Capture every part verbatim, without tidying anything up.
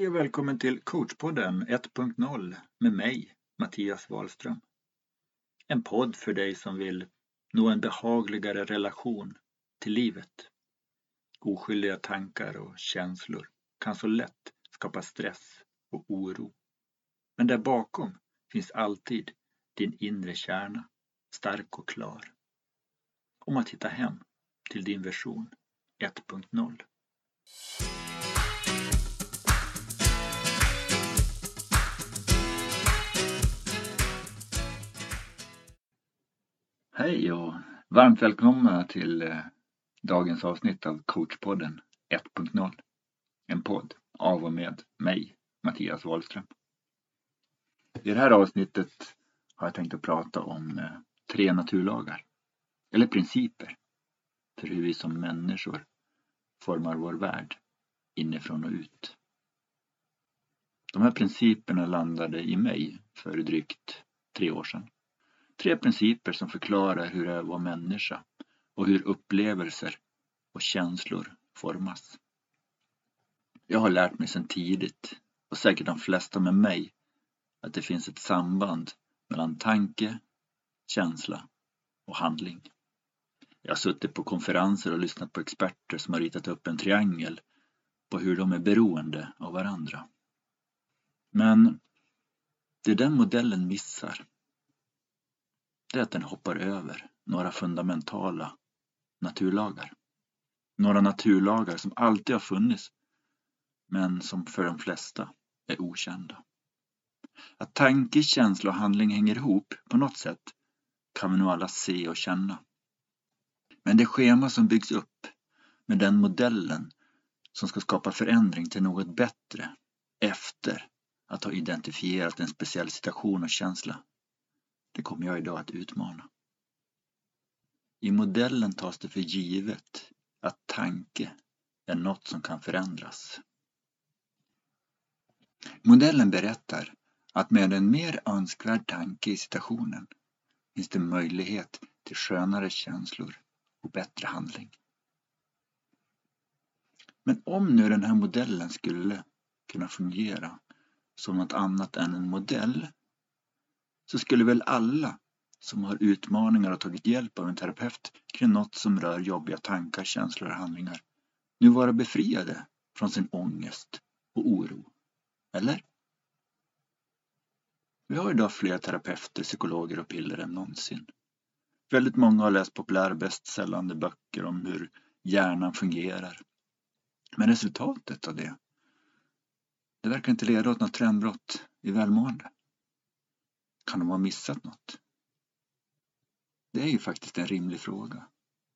Hej och välkommen till Coachpodden ett punkt noll med mig, Mattias Wahlström. En podd för dig som vill nå en behagligare relation till livet. Oskyldiga tankar och känslor kan så lätt skapa stress och oro. Men där bakom finns alltid din inre kärna, stark och klar. Om att hitta hem till din version ett punkt noll. Hej och varmt välkomna till eh, dagens avsnitt av Coachpodden ett punkt noll. En podd av och med mig, Mattias Wahlström. I det här avsnittet har jag tänkt att prata om eh, tre naturlagar, eller principer, för hur vi som människor formar vår värld inifrån och ut. De här principerna landade i mig för drygt tre år sedan. Tre principer som förklarar hur det är att vara människa och hur upplevelser och känslor formas. Jag har lärt mig sedan tidigt, och säkert de flesta med mig, att det finns ett samband mellan tanke, känsla och handling. Jag har suttit på konferenser och lyssnat på experter som har ritat upp en triangel på hur de är beroende av varandra. Men det den modellen missar, det är att den hoppar över några fundamentala naturlagar. Några naturlagar som alltid har funnits, men som för de flesta är okända. Att tanke, känsla och handling hänger ihop på något sätt kan vi nog alla se och känna. Men det schema som byggs upp med den modellen som ska skapa förändring till något bättre efter att ha identifierat en speciell situation och känsla, det kommer jag idag att utmana. I modellen tas det för givet att tanke är något som kan förändras. Modellen berättar att med en mer önskvärd tanke i situationen finns det möjlighet till skönare känslor och bättre handling. Men om nu den här modellen skulle kunna fungera som något annat än en modell, så skulle väl alla som har utmaningar och tagit hjälp av en terapeut kring något som rör jobbiga tankar, känslor och handlingar nu vara befriade från sin ångest och oro. Eller? Vi har idag fler terapeuter, psykologer och piller än någonsin. Väldigt många har läst populära bästsäljande böcker om hur hjärnan fungerar. Men resultatet av det, det verkar inte leda åt något trendbrott i välmående. Kan de ha missat något? Det är ju faktiskt en rimlig fråga.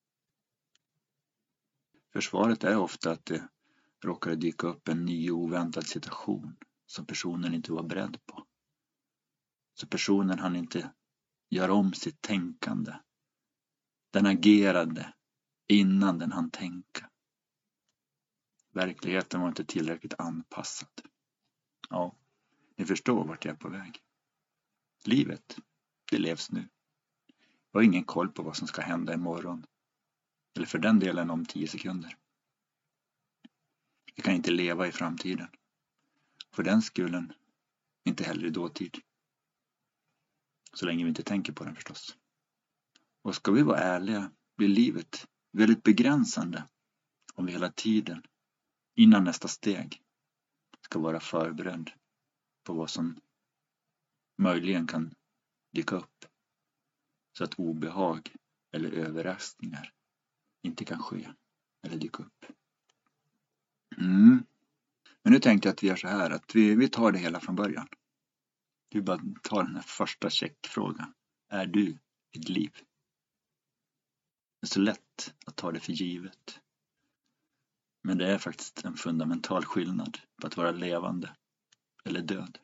För svaret är ofta att det råkar dyka upp en ny oväntad situation som personen inte var beredd på. Så personen hann inte göra om sitt tänkande. Den agerade innan den hann tänka. Verkligheten var inte tillräckligt anpassad. Ja, ni förstår vart jag är på väg. Livet, det levs nu. Jag har ingen koll på vad som ska hända imorgon. Eller för den delen om tio sekunder. Vi kan inte leva i framtiden. För den skullen inte heller i dåtid. Så länge vi inte tänker på den förstås. Och ska vi vara ärliga blir livet väldigt begränsande om vi hela tiden innan nästa steg ska vara förberedd på vad som möjligen kan dyka upp. Så att obehag eller överraskningar inte kan ske eller dyka upp. Mm. Men nu tänkte jag att vi gör så här, att vi, vi tar det hela från början. Du bara tar den här första checkfrågan. Är du ett liv? Det är så lätt att ta det för givet. Men det är faktiskt en fundamental skillnad på att vara levande eller död.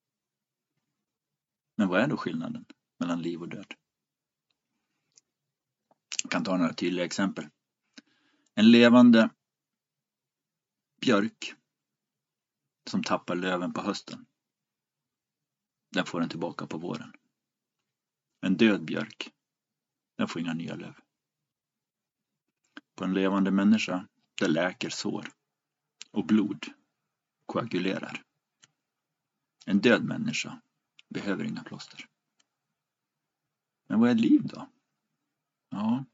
Men vad är då skillnaden mellan liv och död? Jag kan ta några tydliga exempel. En levande björk som tappar löven på hösten, den får den tillbaka på våren. En död björk, den får inga nya löv. På en levande människa, där läker sår och blod koagulerar. En död människa behöver inga plåster. Men vad är liv då? Ja,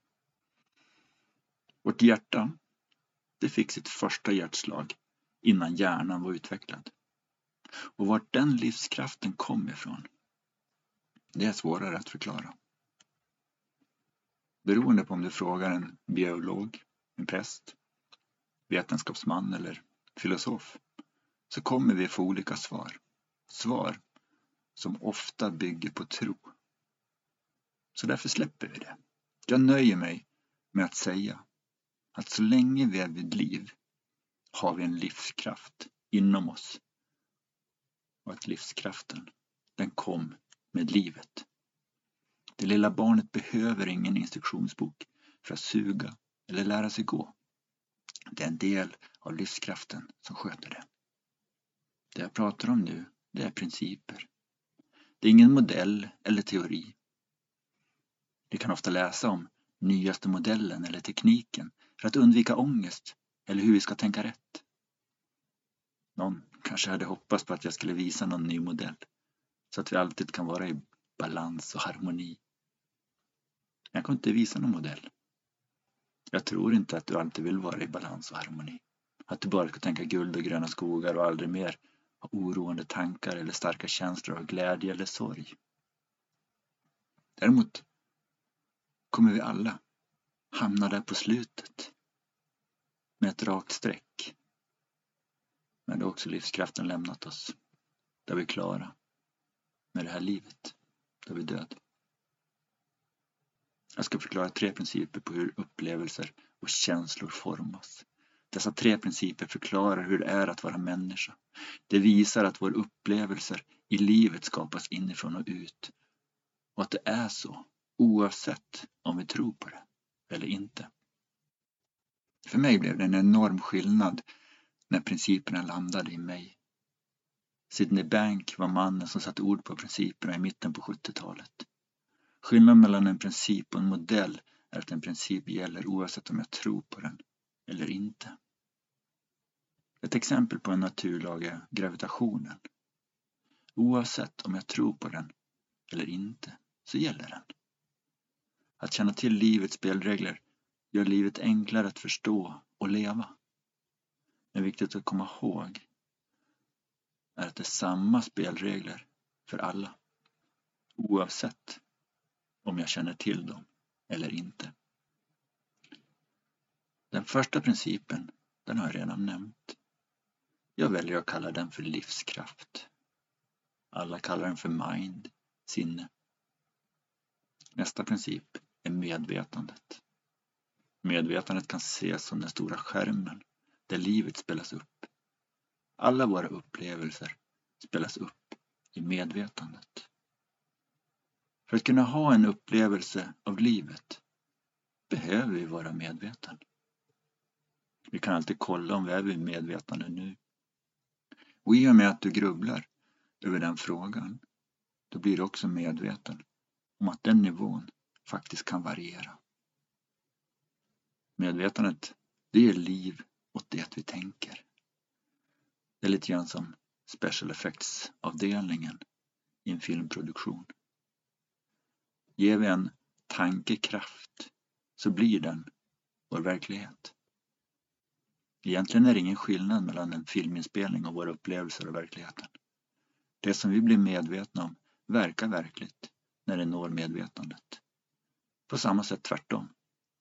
vårt hjärta, det fick sitt första hjärtslag innan hjärnan var utvecklad. Och vart den livskraften kom ifrån, det är svårare att förklara. Beroende på om du frågar en biolog, en präst, vetenskapsman eller filosof, så kommer vi få olika svar. Svar som ofta bygger på tro. Så därför släpper vi det. Jag nöjer mig med att säga att så länge vi är vid liv har vi en livskraft inom oss. Och att livskraften, den kom med livet. Det lilla barnet behöver ingen instruktionsbok för att suga eller lära sig gå. Det är en del av livskraften som sköter det. Det jag pratar om nu, det är principer. Det är ingen modell eller teori. Vi kan ofta läsa om nyaste modellen eller tekniken för att undvika ångest eller hur vi ska tänka rätt. Någon kanske hade hoppats på att jag skulle visa någon ny modell så att vi alltid kan vara i balans och harmoni. Jag kan inte visa någon modell. Jag tror inte att du alltid vill vara i balans och harmoni. Att du bara ska tänka guld och gröna skogar och aldrig mer ha oroande tankar eller starka känslor av glädje eller sorg. Däremot kommer vi alla hamna där på slutet med ett rakt streck. Men då har också livskraften lämnat oss. Där vi är klara med det här livet. Där vi är död. Jag ska förklara tre principer på hur upplevelser och känslor formas. Dessa tre principer förklarar hur det är att vara människa. Det visar att våra upplevelser i livet skapas inifrån och ut. Och att det är så, oavsett om vi tror på det eller inte. För mig blev det en enorm skillnad när principerna landade i mig. Sydney Bank var mannen som satte ord på principerna i mitten på sjuttiotalet. Skillnaden mellan en princip och en modell är att en princip gäller oavsett om jag tror på den eller inte. Ett exempel på en naturlag är gravitationen. Oavsett om jag tror på den eller inte så gäller den. Att känna till livets spelregler gör livet enklare att förstå och leva. Men viktigt att komma ihåg är att det är samma spelregler för alla. Oavsett om jag känner till dem eller inte. Den första principen, den har jag redan nämnt. Jag väljer att kalla den för livskraft. Alla kallar den för mind, sinne. Nästa princip är medvetandet. Medvetandet kan ses som den stora skärmen där livet spelas upp. Alla våra upplevelser spelas upp i medvetandet. För att kunna ha en upplevelse av livet behöver vi vara medveten. Vi kan alltid kolla om vi är vid medvetande nu. Och i och med att du grubblar över den frågan, då blir du också medveten om att den nivån faktiskt kan variera. Medvetandet, det ger liv åt det vi tänker. Det är lite grann som special effects-avdelningen i en filmproduktion. Ger vi en tankekraft så blir den vår verklighet. Egentligen är det ingen skillnad mellan en filminspelning och våra upplevelser av verkligheten. Det som vi blir medvetna om verkar verkligt när det når medvetandet. På samma sätt tvärtom.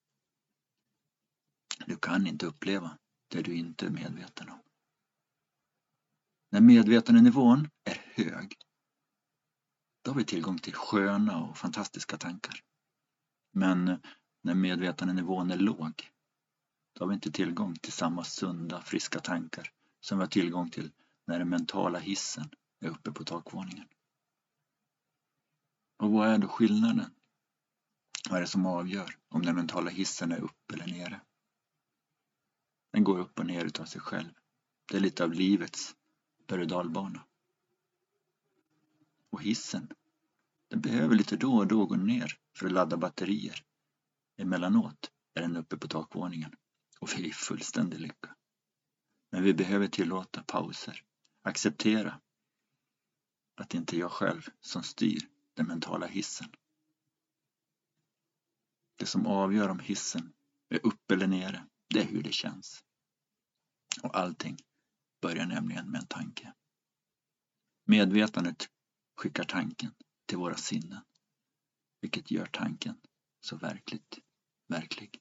Du kan inte uppleva det du inte är medveten om. När medvetandenivån är hög, då har vi tillgång till sköna och fantastiska tankar. Men när medvetandenivån är låg, då har vi inte tillgång till samma sunda, friska tankar som vi har tillgång till när den mentala hissen är uppe på takvåningen. Och vad är då skillnaden? Vad är det som avgör om den mentala hissen är upp eller nere? Den går upp och ner utav sig själv. Det är lite av livets berg- och dalbana. Och hissen, den behöver lite då och då gå ner för att ladda batterier. Emellanåt är den uppe på takvåningen och vi är i fullständig lycka. Men vi behöver tillåta pauser Acceptera att det inte är jag själv som styr den mentala hissen. Det som avgör om hissen är upp eller nere, det är hur det känns. Och allting börjar nämligen med en tanke. Medvetandet skickar tanken till våra sinnen, vilket gör tanken så verkligt verklig.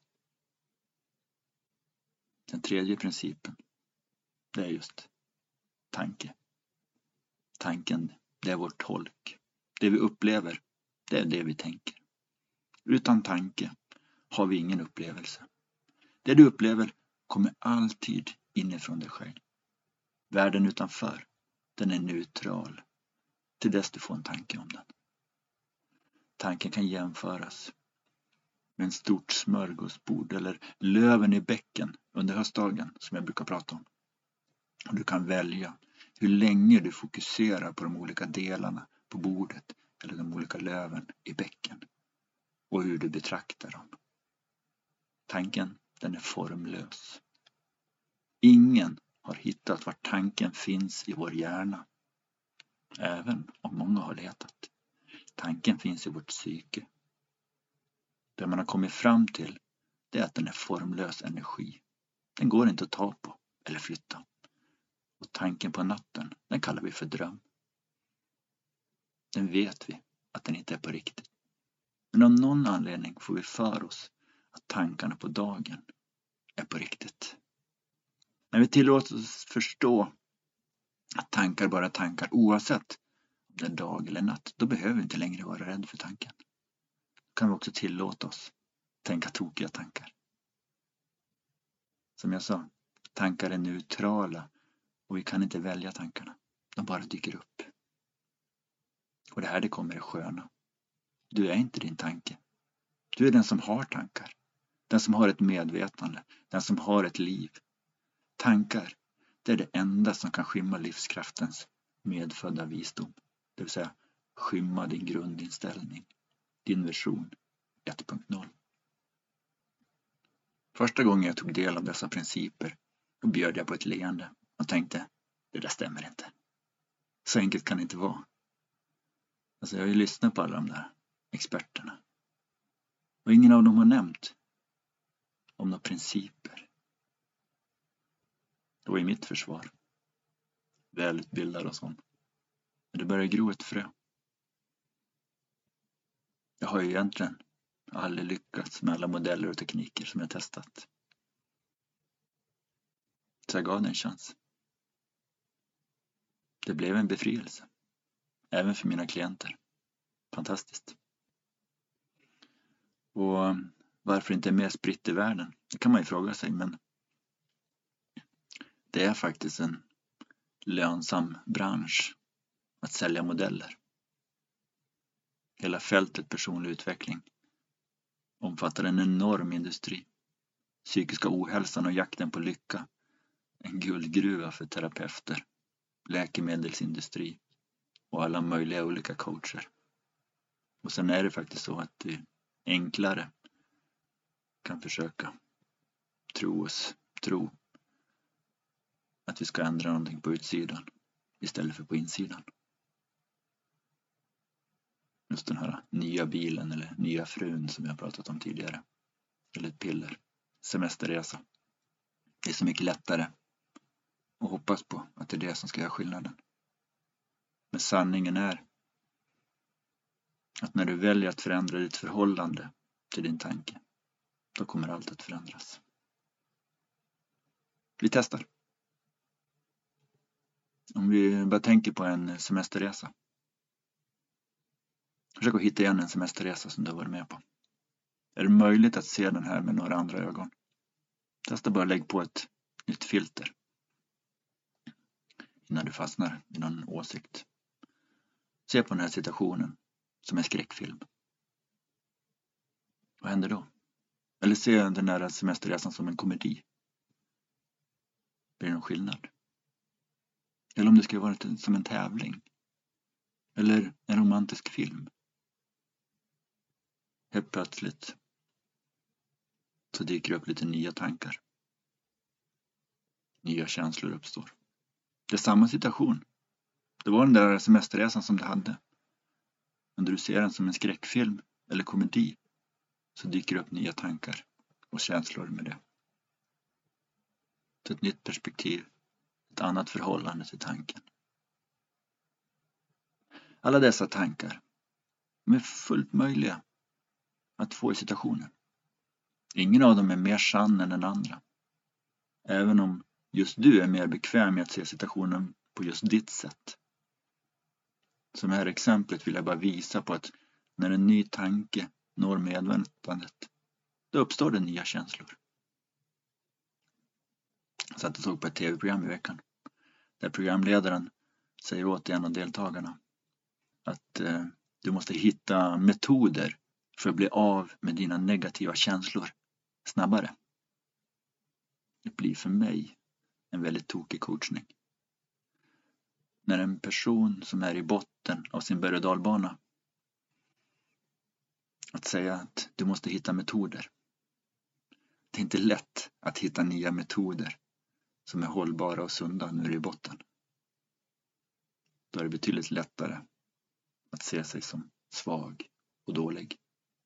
Den tredje principen, det är just tanke. Tanken, det är vår tolk. Det vi upplever, det är det vi tänker. Utan tanke har vi ingen upplevelse. Det du upplever kommer alltid inifrån dig själv. Världen utanför, den är neutral till dess du får en tanke om den. Tanken kan jämföras med en stort smörgåsbord eller löven i bäcken under höstdagen som jag brukar prata om. Och du kan välja hur länge du fokuserar på de olika delarna på bordet eller de olika löven i bäcken och hur du betraktar dem. Tanken, den är formlös. Ingen har hittat var tanken finns i vår hjärna, även om många har letat. Tanken finns i vårt psyke. Det man har kommit fram till, det är att den är formlös energi. Den går inte att ta på eller flytta. Och tanken på natten, den kallar vi för dröm. Den vet vi att den inte är på riktigt. Men av någon anledning får vi för oss att tankarna på dagen är på riktigt. När vi tillåter oss förstå att tankar bara är tankar oavsett om det är dag eller natt, då behöver vi inte längre vara rädda för tanken. Då kan vi också tillåta oss tänka tokiga tankar. Som jag sa, tankar är neutrala och vi kan inte välja tankarna. De bara dyker upp. Och det här det kommer det sköna. Du är inte din tanke. Du är den som har tankar. Den som har ett medvetande. Den som har ett liv. Tankar, det är det enda som kan skymma livskraftens medfödda visdom. Det vill säga skymma din grundinställning. Din version ett punkt noll. Första gången jag tog del av dessa principer, då bjöd jag på ett leende och tänkte, det där stämmer inte. Så enkelt kan det inte vara. Alltså jag har ju lyssnat på alla de där experterna. Och ingen av dem har nämnt om några principer. Det var i mitt försvar. Välutbildad och sån. Men det började gro ett frö. Jag har ju egentligen aldrig lyckats med alla modeller och tekniker som jag testat. Så jag gav det en chans. Det blev en befrielse. Även för mina klienter. Fantastiskt. Och varför inte mer spritt i världen? Det kan man ju fråga sig, men det är faktiskt en lönsam bransch att sälja modeller. Hela fältet personlig utveckling omfattar en enorm industri. Psykiska ohälsan och jakten på lycka. En guldgruva för terapeuter, läkemedelsindustri och alla möjliga olika coacher. Och sen är det faktiskt så att det enklare kan försöka tro oss, tro att vi ska ändra någonting på utsidan istället för på insidan. Just den här nya bilen eller nya frun som jag har pratat om tidigare. Eller ett piller. Semesterresa. Det är så mycket lättare att hoppas på att det är det som ska göra skillnaden. Men sanningen är att när du väljer att förändra ditt förhållande till din tanke, då kommer allt att förändras. Vi testar. Om vi bara tänker på en semesterresa. Försök att hitta igen en semesterresa som du har varit med på. Är det möjligt att se den här med några andra ögon? Testa bara lägg på ett nytt filter. Innan du fastnar i någon åsikt. Se på den här situationen som en skräckfilm. Vad händer då? Eller se den här semesterresan som en komedi. Blir det någon skillnad? Eller om det ska vara som en tävling. Eller en romantisk film. Helt plötsligt så dyker upp lite nya tankar. Nya känslor uppstår. Det är samma situation. Det var den där semesterresan som du hade. Men när du ser den som en skräckfilm eller komedi så dyker upp nya tankar och känslor med det. Ett nytt perspektiv, ett annat förhållande till tanken. Alla dessa tankar är fullt möjliga att få i situationen. Ingen av dem är mer sann än den andra. Även om just du är mer bekväm med att se situationen på just ditt sätt. Som här exemplet vill jag bara visa på att när en ny tanke når medvetandet, då uppstår det nya känslor. Jag satt och såg på ett tv-program i veckan. Där programledaren säger åt en av deltagarna att eh, du måste hitta metoder för att bli av med dina negativa känslor snabbare. Det blir för mig en väldigt tokig coachning. När en person som är i botten av sin berg- och dalbana att säga att du måste hitta metoder. Det är inte lätt att hitta nya metoder som är hållbara och sunda när du är i botten. Då är det betydligt lättare att se sig som svag och dålig.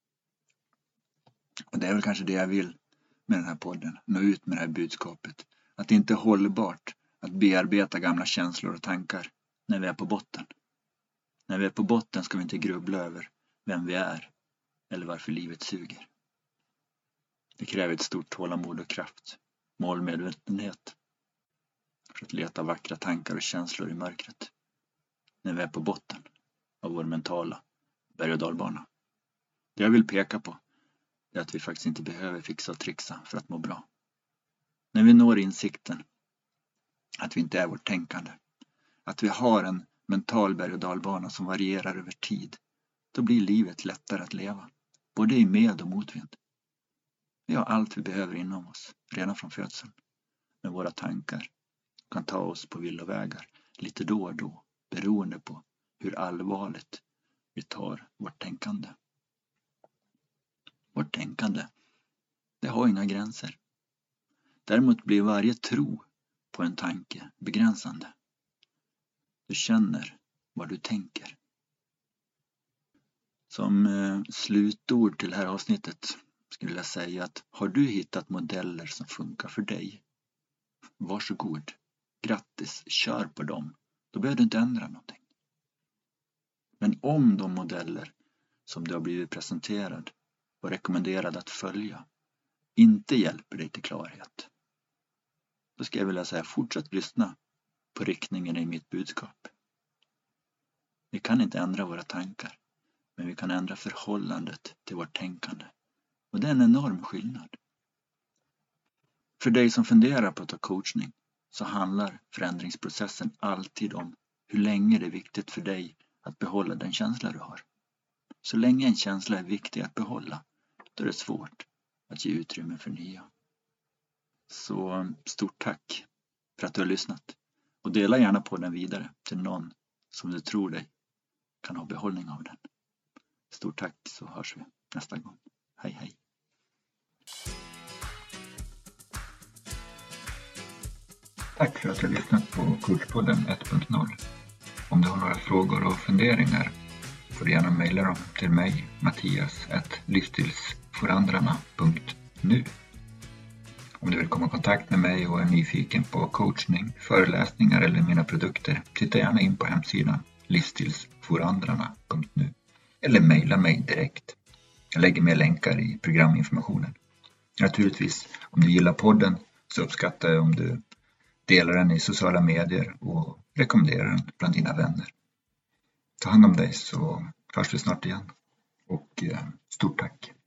Och det är väl kanske det jag vill med den här podden. Nå ut med det här budskapet. Att det inte är hållbart att bearbeta gamla känslor och tankar när vi är på botten. När vi är på botten ska vi inte grubbla över vem vi är eller varför livet suger. Det kräver ett stort tålamod och kraft, målmedvetenhet för att leta vackra tankar och känslor i mörkret. När vi är på botten av vår mentala berg- och dalbana. Det jag vill peka på är att vi faktiskt inte behöver fixa och trixa för att må bra. När vi når insikten att vi inte är vårt tänkande, att vi har en mental berg- och dalbana som varierar över tid, då blir livet lättare att leva, både i med- och motvind. Vi har allt vi behöver inom oss redan från födseln, men våra tankar kan ta oss på villovägar lite då och då, beroende på hur allvarligt vi tar vårt tänkande. Vårt tänkande, det har inga gränser. Däremot blir varje tro på en tanke begränsande. Du känner vad du tänker. Som eh, slutord till det här avsnittet skulle jag säga att har du hittat modeller som funkar för dig, varsågod, grattis, kör på dem. Då behöver du inte ändra någonting. Men om de modeller som du har blivit presenterad och rekommenderad att följa inte hjälper dig till klarhet, då ska jag vilja säga fortsätt lyssna på riktningen i mitt budskap. Vi kan inte ändra våra tankar, men vi kan ändra förhållandet till vårt tänkande. Och det är en enorm skillnad. För dig som funderar på att ta coachning så handlar förändringsprocessen alltid om hur länge det är viktigt för dig att behålla den känsla du har. Så länge en känsla är viktig att behålla, då är det svårt att ge utrymme för nya. Så stort tack för att du har lyssnat. Och dela gärna på den vidare till någon som du tror dig kan ha behållning av den. Stort tack, så hörs vi nästa gång. Hej hej. Tack för att du har lyssnat på Coachpodden ett punkt noll. Om du har några frågor och funderingar får du gärna mejla dem till mig, Mattias, at livsstilsforandrarna punkt nu. Om du vill komma i kontakt med mig och är nyfiken på coachning, föreläsningar eller mina produkter, titta gärna in på hemsidan livsstilsforandrarna punkt nu eller mejla mig direkt. Jag lägger med länkar i programinformationen. Naturligtvis, om du gillar podden så uppskattar jag om du delar den i sociala medier och rekommenderar den bland dina vänner. Ta hand om dig så hörs vi snart igen. Och stort tack!